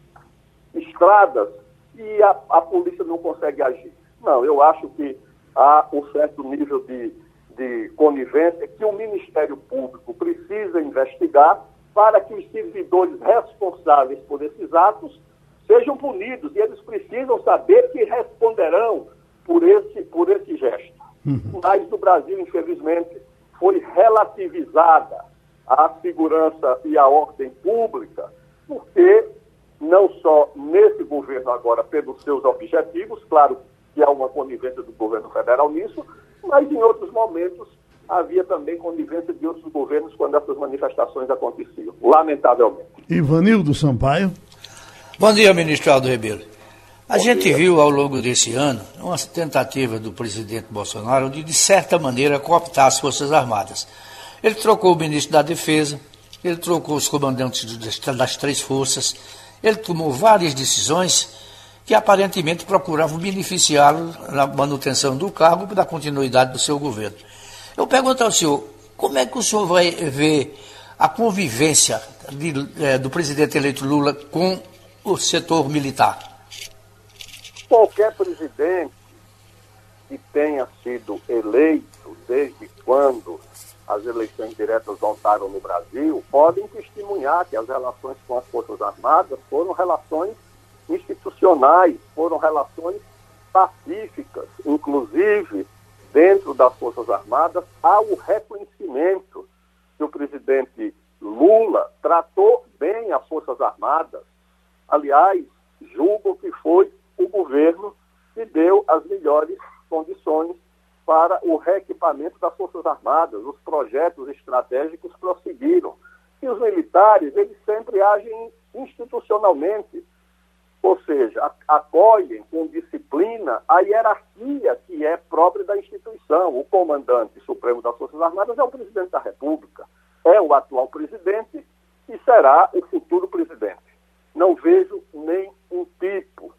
estradas, e a, a polícia não consegue agir? Não, eu acho que há um certo nível de, de conivência que o Ministério Público precisa investigar para que os servidores responsáveis por esses atos sejam punidos, e eles precisam saber que responderão por esse, por esse gesto. Uhum. Mas no Brasil, infelizmente, foi relativizada a segurança e a ordem pública, porque não só nesse governo agora, pelos seus objetivos, claro que há uma conivência do governo federal nisso, mas em outros momentos havia também conivência de outros governos quando essas manifestações aconteciam, lamentavelmente. Ivanildo Sampaio. Bom dia, ministro Aldo Rebelo. A Bom gente dia. viu ao longo desse ano uma tentativa do presidente Bolsonaro de, de certa maneira, cooptar as Forças Armadas. Ele trocou o ministro da Defesa, ele trocou os comandantes das três forças, ele tomou várias decisões que aparentemente procuravam beneficiá-lo na manutenção do cargo e da continuidade do seu governo. Eu pergunto ao senhor, como é que o senhor vai ver a convivência de, é, do presidente eleito Lula com o setor militar? Qualquer presidente que tenha sido eleito desde quando as eleições diretas voltaram no Brasil podem testemunhar que as relações com as Forças Armadas foram relações institucionais, foram relações pacíficas. Inclusive, dentro das Forças Armadas, há o reconhecimento que o presidente Lula tratou bem as Forças Armadas. Aliás, julgo que foi o governo que deu as melhores condições para o reequipamento das Forças Armadas. Os projetos estratégicos prosseguiram. E os militares, eles sempre agem institucionalmente, ou seja, acolhem com disciplina a hierarquia que é própria da instituição. O comandante supremo das Forças Armadas é o presidente da República, é o atual presidente e será o futuro presidente. Não vejo nem um tipo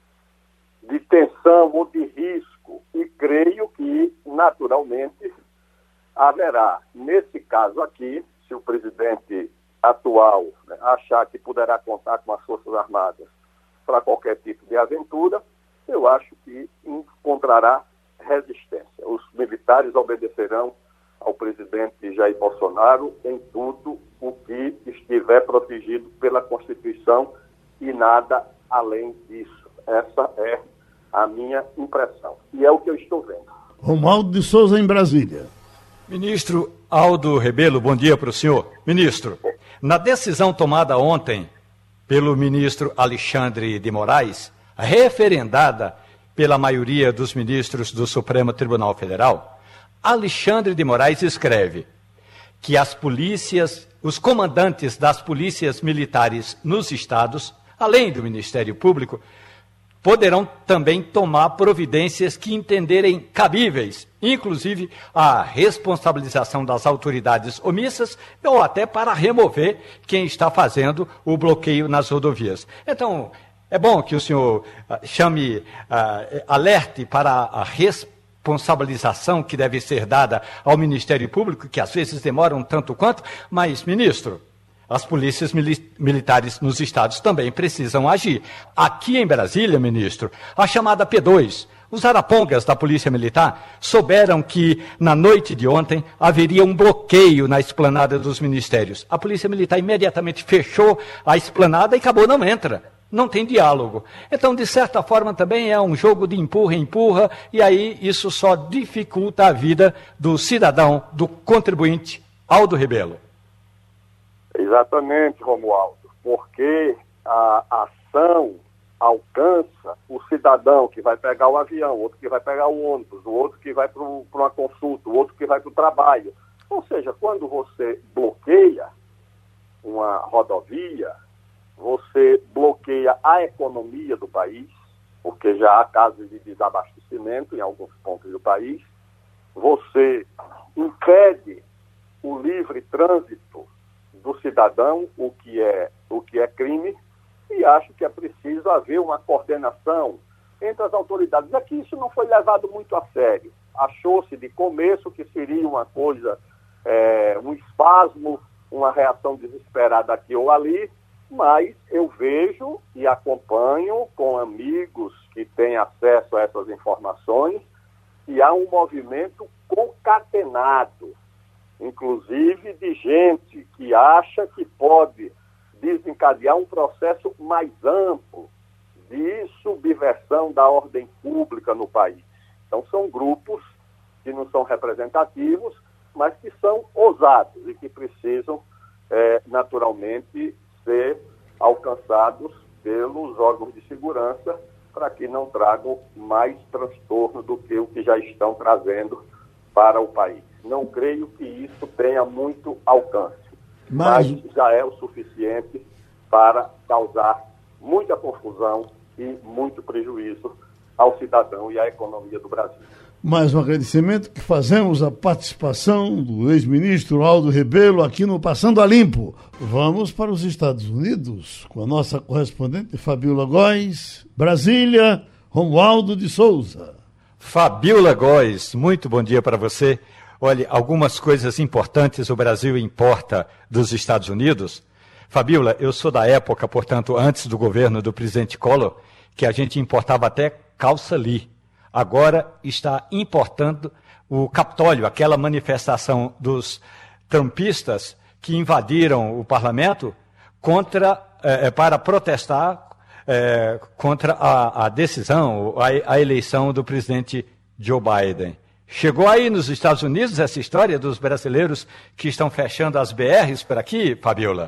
de tensão ou de risco e creio que, naturalmente, haverá, nesse caso aqui, se o presidente atual, né, achar que poderá contar com as Forças Armadas para qualquer tipo de aventura, eu acho que encontrará resistência. Os militares obedecerão ao presidente Jair Bolsonaro em tudo o que estiver protegido pela Constituição e nada além disso. Essa é a minha impressão. E é o que eu estou vendo. Romualdo de Souza, em Brasília. Ministro Aldo Rebelo, bom dia para o senhor. Ministro, na decisão tomada ontem pelo ministro Alexandre de Moraes, referendada pela maioria dos ministros do Supremo Tribunal Federal, Alexandre de Moraes escreve que as polícias, os comandantes das polícias militares nos estados, além do Ministério Público, poderão também tomar providências que entenderem cabíveis, inclusive a responsabilização das autoridades omissas ou até para remover quem está fazendo o bloqueio nas rodovias. Então, é bom que o senhor uh, chame, uh, alerte para a responsabilização que deve ser dada ao Ministério Público, que às vezes demora um tanto quanto, mas, ministro, as polícias mili- militares nos estados também precisam agir. Aqui em Brasília, ministro, a chamada P dois, os arapongas da Polícia Militar, souberam que na noite de ontem haveria um bloqueio na esplanada dos ministérios. A Polícia Militar imediatamente fechou a esplanada e acabou, não entra. Não tem diálogo. Então, de certa forma, também é um jogo de empurra-empurra, e aí isso só dificulta a vida do cidadão, do contribuinte Aldo Rebelo. Exatamente, Romualdo, porque a ação alcança o cidadão que vai pegar o avião, outro que vai pegar o ônibus, o outro que vai para uma consulta, o outro que vai para o trabalho. Ou seja, quando você bloqueia uma rodovia, você bloqueia a economia do país, porque já há casos de desabastecimento em alguns pontos do país. Você impede o livre trânsito do cidadão, o que é, o que é crime, e acho que é preciso haver uma coordenação entre as autoridades. Aqui isso não foi levado muito a sério. Achou-se de começo que seria uma coisa, é, um espasmo, uma reação desesperada aqui ou ali, mas eu vejo e acompanho com amigos que têm acesso a essas informações que há um movimento concatenado, inclusive de gente que acha que pode desencadear um processo mais amplo de subversão da ordem pública no país. Então, são grupos que não são representativos, mas que são ousados e que precisam, é, naturalmente, ser alcançados pelos órgãos de segurança para que não tragam mais transtorno do que o que já estão trazendo para o país. Não creio que isso tenha muito alcance, mas, mas já é o suficiente para causar muita confusão e muito prejuízo ao cidadão e à economia do Brasil. Mais um agradecimento que fazemos à participação do ex-ministro Aldo Rebelo aqui no Passando a Limpo. Vamos para os Estados Unidos com a nossa correspondente Fabiola Góes, Brasília, Romualdo de Souza. Fabiola Góes, muito bom dia para você. Olha, algumas coisas importantes o Brasil importa dos Estados Unidos. Fabiola, eu sou da época, portanto, antes do governo do presidente Collor, que a gente importava até calça Lee. Agora está importando o Capitólio, aquela manifestação dos trumpistas que invadiram o parlamento contra, eh, para protestar eh, contra a, a decisão, a, a eleição do presidente Joe Biden. Chegou aí nos Estados Unidos essa história dos brasileiros que estão fechando as B Rs por aqui, Fabiola?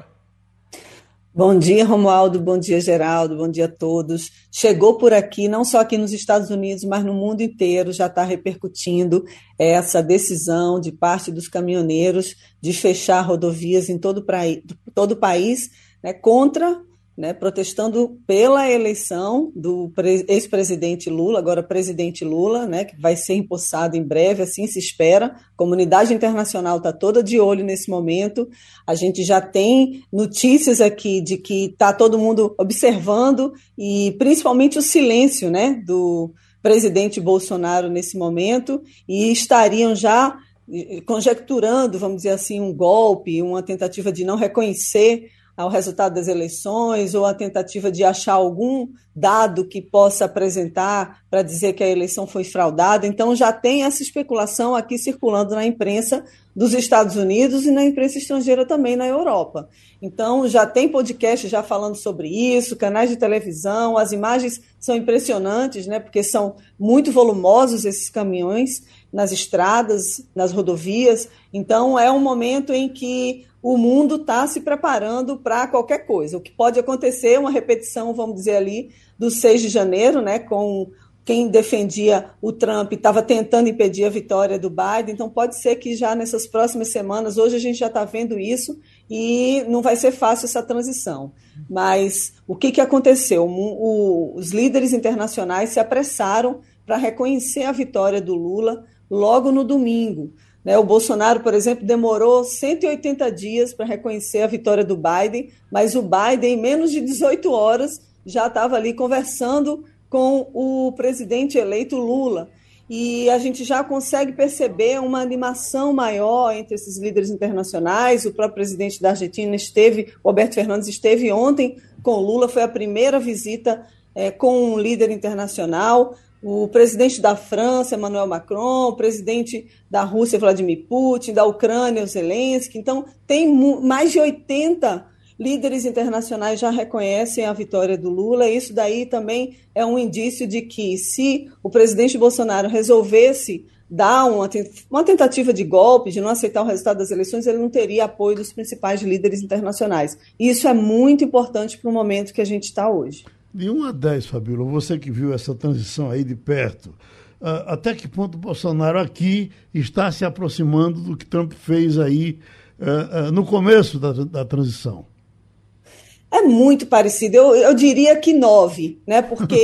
Bom dia, Romualdo, bom dia, Geraldo, bom dia a todos. Chegou por aqui, não só aqui nos Estados Unidos, mas no mundo inteiro já está repercutindo essa decisão de parte dos caminhoneiros de fechar rodovias em todo, praí, todo o país, né, contra, né, protestando pela eleição do ex-presidente Lula, agora presidente Lula, né, que vai ser empossado em breve, assim se espera. A comunidade internacional está toda de olho nesse momento. A gente já tem notícias aqui de que está todo mundo observando e principalmente o silêncio, né, do presidente Bolsonaro nesse momento, e estariam já conjecturando, vamos dizer assim, um golpe, uma tentativa de não reconhecer ao resultado das eleições, ou a tentativa de achar algum dado que possa apresentar para dizer que a eleição foi fraudada. Então, já tem essa especulação aqui circulando na imprensa dos Estados Unidos e na imprensa estrangeira também na Europa. Então, já tem podcast já falando sobre isso, canais de televisão, as imagens são impressionantes, né, porque são muito volumosos esses caminhões nas estradas, nas rodovias. Então, é um momento em que o mundo está se preparando para qualquer coisa. O que pode acontecer é uma repetição, vamos dizer ali, do seis de janeiro, né, com quem defendia o Trump estava tentando impedir a vitória do Biden. Então, pode ser que já nessas próximas semanas, hoje a gente já está vendo isso, e não vai ser fácil essa transição. Mas o que, que aconteceu? O, o, os líderes internacionais se apressaram para reconhecer a vitória do Lula logo no domingo. O Bolsonaro, por exemplo, demorou cento e oitenta dias para reconhecer a vitória do Biden, mas o Biden, em menos de dezoito horas, já estava ali conversando com o presidente eleito Lula. E a gente já consegue perceber uma animação maior entre esses líderes internacionais. O próprio presidente da Argentina esteve, Roberto Fernandes, esteve ontem com o Lula, foi a primeira visita é, com um líder internacional. O presidente da França, Emmanuel Macron, o presidente da Rússia, Vladimir Putin, da Ucrânia, o Zelensky. Então, tem mais de oitenta líderes internacionais já reconhecem a vitória do Lula. Isso daí também é um indício de que, se o presidente Bolsonaro resolvesse dar uma, uma tentativa de golpe, de não aceitar o resultado das eleições, ele não teria apoio dos principais líderes internacionais. E isso é muito importante para o momento que a gente está hoje. De um a dez, Fabiola, você que viu essa transição aí de perto, uh, até que ponto o Bolsonaro aqui está se aproximando do que Trump fez aí uh, uh, no começo da, da transição? É muito parecido, eu, eu diria que nove, né? Porque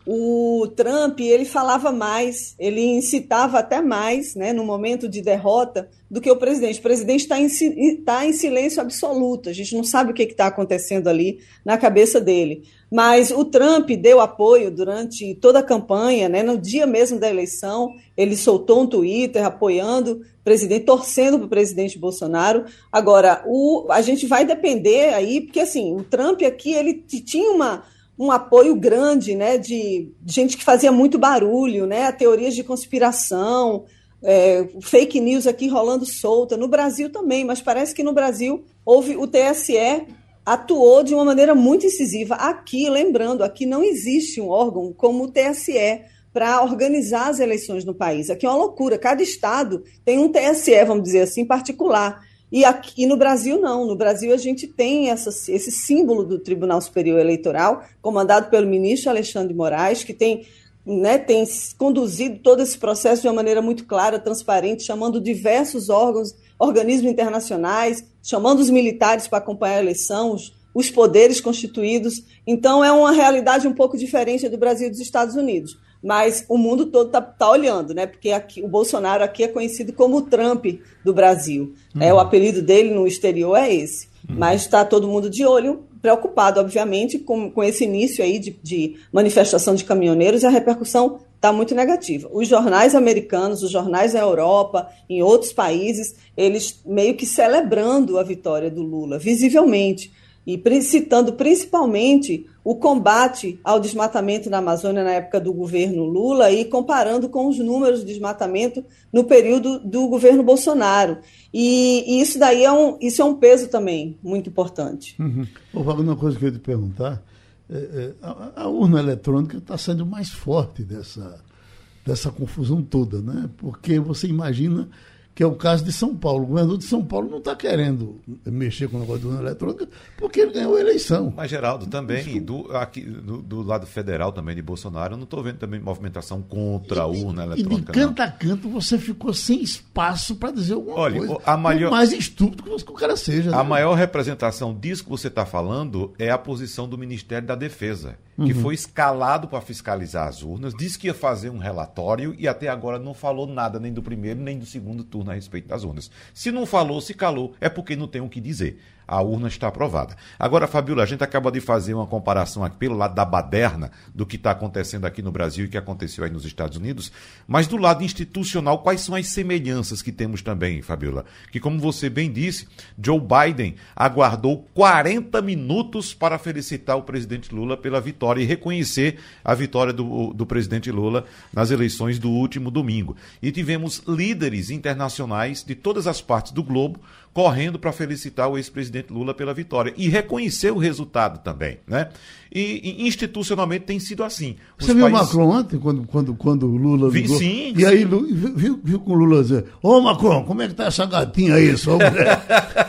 o Trump ele falava mais, ele incitava até mais, né, no momento de derrota, do que o presidente. O presidente está em, tá em silêncio absoluto, a gente não sabe o que está acontecendo ali na cabeça dele. Mas o Trump deu apoio durante toda a campanha, né, no dia mesmo da eleição, ele soltou um Twitter apoiando o presidente, torcendo para o presidente Bolsonaro. Agora, o, a gente vai depender aí, porque assim, o Trump aqui ele tinha uma... um apoio grande, né, de gente que fazia muito barulho, né, teorias de conspiração, é, fake news aqui rolando solta, no Brasil também, mas parece que no Brasil houve, o T S E atuou de uma maneira muito incisiva. Aqui, lembrando, aqui não existe um órgão como o T S E para organizar as eleições no país. Aqui é uma loucura, cada estado tem um T S E, vamos dizer assim, particular. E aqui no Brasil, não. No Brasil, a gente tem essa, esse símbolo do Tribunal Superior Eleitoral, comandado pelo ministro Alexandre de Moraes, que tem, né, tem conduzido todo esse processo de uma maneira muito clara, transparente, chamando diversos órgãos, organismos internacionais, chamando os militares para acompanhar a eleição, os, os poderes constituídos. Então, é uma realidade um pouco diferente do Brasil e dos Estados Unidos. Mas o mundo todo está tá olhando, né? Porque aqui, o Bolsonaro aqui é conhecido como o Trump do Brasil. Uhum. É, o apelido dele no exterior é esse. Uhum. Mas está todo mundo de olho, preocupado, obviamente, com, com esse início aí de, de manifestação de caminhoneiros, e a repercussão está muito negativa. Os jornais americanos, os jornais na Europa, em outros países, eles meio que celebrando a vitória do Lula, visivelmente. E citando principalmente o combate ao desmatamento na Amazônia na época do governo Lula e comparando com os números de desmatamento no período do governo Bolsonaro. E, e isso daí é um, isso é um peso também muito importante. Uhum. Ô, Wagner, uma coisa que eu ia te perguntar, é, é, a, a urna eletrônica está sendo mais forte dessa, dessa confusão toda, né? Porque você imagina que é o caso de São Paulo. O governador de São Paulo não está querendo mexer com o negócio da urna eletrônica porque ele ganhou a eleição. Mas, Geraldo, também, do, aqui, do, do lado federal também de Bolsonaro, eu não estou vendo também movimentação contra a urna eletrônica. E de canto a canto você ficou sem espaço para dizer alguma Olha, coisa. A maior, o mais estúpido que o cara seja. A né? maior representação disso que você está falando é a posição do Ministério da Defesa, que uhum. foi escalado para fiscalizar as urnas, disse que ia fazer um relatório e até agora não falou nada, nem do primeiro nem do segundo turno a respeito das urnas. Se não falou, se calou, é porque não tem o que dizer. A urna está aprovada. Agora, Fabíola, a gente acaba de fazer uma comparação aqui pelo lado da baderna do que está acontecendo aqui no Brasil e que aconteceu aí nos Estados Unidos, mas do lado institucional, quais são as semelhanças que temos também, Fabíola? Que, como você bem disse, Joe Biden aguardou quarenta minutos para felicitar o presidente Lula pela vitória e reconhecer a vitória do, do presidente Lula nas eleições do último domingo. E tivemos líderes internacionais de todas as partes do globo correndo para felicitar o ex-presidente Lula pela vitória e reconhecer o resultado também, né? E, e institucionalmente tem sido assim. Os Você viu países... o Macron ontem, quando, quando, quando o Lula Vi, ligou? sim. E aí viu, viu com o Lula dizer, ô Macron, como é que tá essa gatinha aí, sua mulher?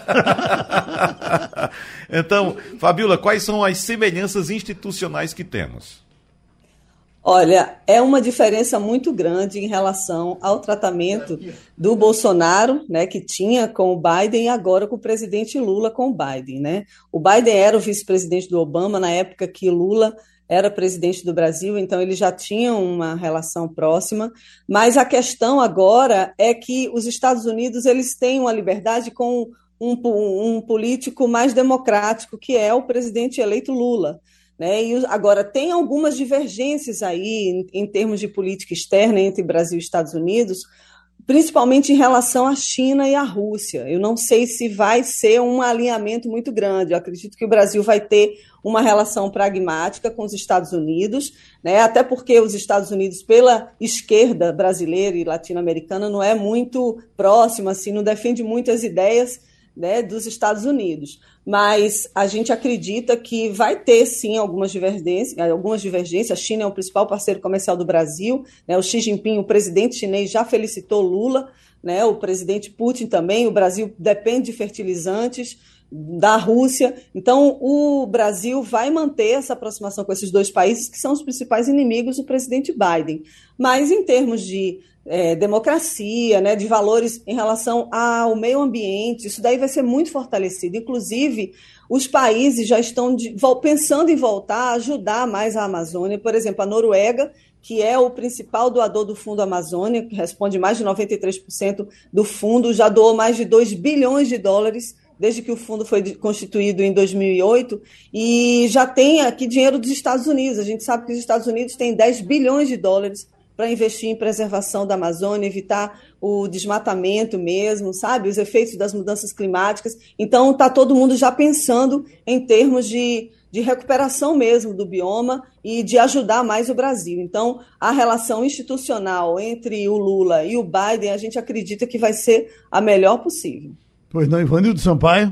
Então, Fabíola, quais são as semelhanças institucionais que temos? Olha, é uma diferença muito grande em relação ao tratamento do Bolsonaro, né, que tinha com o Biden, e agora com o presidente Lula com o Biden, né? O Biden era o vice-presidente do Obama na época que Lula era presidente do Brasil, então eles já tinham uma relação próxima, mas a questão agora é que os Estados Unidos eles têm uma liberdade com um, um político mais democrático, que é o presidente eleito Lula. Né? E agora, tem algumas divergências aí em, em termos de política externa entre Brasil e Estados Unidos, principalmente em relação à China e à Rússia. Eu não sei se vai ser um alinhamento muito grande. Eu acredito que o Brasil vai ter uma relação pragmática com os Estados Unidos, né? Até porque os Estados Unidos, pela esquerda brasileira e latino-americana, não é muito próximo, assim, não defende muitas ideias, né, dos Estados Unidos. Mas a gente acredita que vai ter, sim, algumas divergências. Algumas divergências. A China é o principal parceiro comercial do Brasil, né? O Xi Jinping, o presidente chinês, já felicitou Lula, né? O presidente Putin também. O Brasil depende de fertilizantes da Rússia. Então, o Brasil vai manter essa aproximação com esses dois países, que são os principais inimigos do presidente Biden. Mas, em termos de é, democracia, né, de valores em relação ao meio ambiente. Isso daí vai ser muito fortalecido. Inclusive, os países já estão de, pensando em voltar a ajudar mais a Amazônia. Por exemplo, a Noruega, que é o principal doador do Fundo Amazônia, que responde mais de noventa e três por cento do fundo, já doou mais de dois bilhões de dólares desde que o fundo foi constituído em dois mil e oito, e já tem aqui dinheiro dos Estados Unidos. A gente sabe que os Estados Unidos têm dez bilhões de dólares para investir em preservação da Amazônia, evitar o desmatamento mesmo, sabe? Os efeitos das mudanças climáticas. Então, está todo mundo já pensando em termos de, de recuperação mesmo do bioma e de ajudar mais o Brasil. Então, a relação institucional entre o Lula e o Biden, a gente acredita que vai ser a melhor possível. Pois não, Ivanildo Sampaio.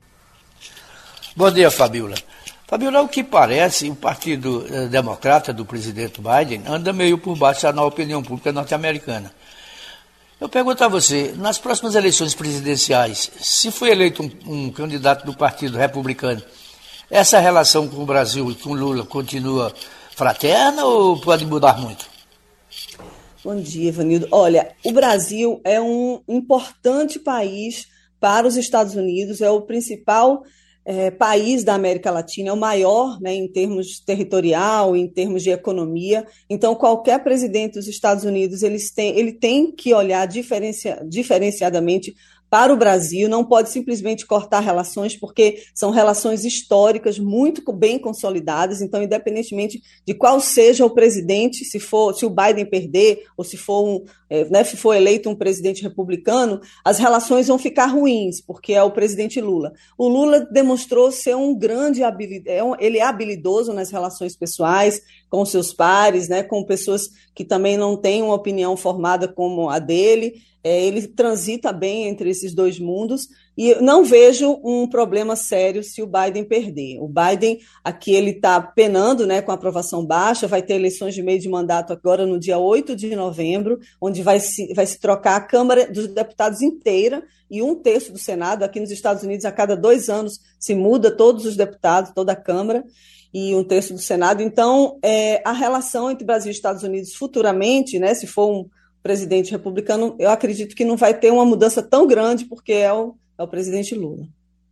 Bom dia, Fabiola. Fabiola, o que parece, o Partido eh, Democrata do presidente Biden anda meio por baixo na opinião pública norte-americana. Eu pergunto a você, nas próximas eleições presidenciais, se foi eleito um, um candidato do Partido Republicano, essa relação com o Brasil e com o Lula continua fraterna ou pode mudar muito? Bom dia, Ivanildo. Olha, o Brasil é um importante país para os Estados Unidos, é o principal é, país da América Latina, é o maior, né, em termos territorial, em termos de economia. Então, qualquer presidente dos Estados Unidos eles têm, ele tem que olhar diferencia, diferenciadamente para o Brasil, não pode simplesmente cortar relações, porque são relações históricas muito bem consolidadas. Então, independentemente de qual seja o presidente, se for, se o Biden perder, ou se for, um, é, né, se for eleito um presidente republicano, as relações vão ficar ruins, porque é o presidente Lula. O Lula demonstrou ser um grande habilidoso, ele é habilidoso nas relações pessoais, com seus pares, né, com pessoas que também não têm uma opinião formada como a dele. É, ele transita bem entre esses dois mundos e não vejo um problema sério se o Biden perder. O Biden, aqui ele está penando, né, com a aprovação baixa, vai ter eleições de meio de mandato agora no dia oito de novembro, onde vai se, vai se trocar a Câmara dos Deputados inteira e um terço do Senado. Aqui nos Estados Unidos, a cada dois anos se muda todos os deputados, toda a Câmara, e um terço do Senado. Então, é, a relação entre Brasil e Estados Unidos futuramente, né, se for um presidente republicano, eu acredito que não vai ter uma mudança tão grande, porque é o, é o presidente Lula.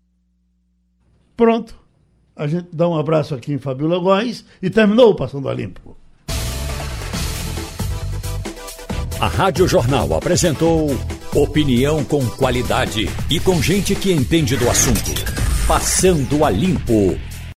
Pronto. A gente dá um abraço aqui em Fabiola Góes e terminou o Passando a Limpo. A Rádio Jornal apresentou opinião com qualidade e com gente que entende do assunto. Passando a Limpo.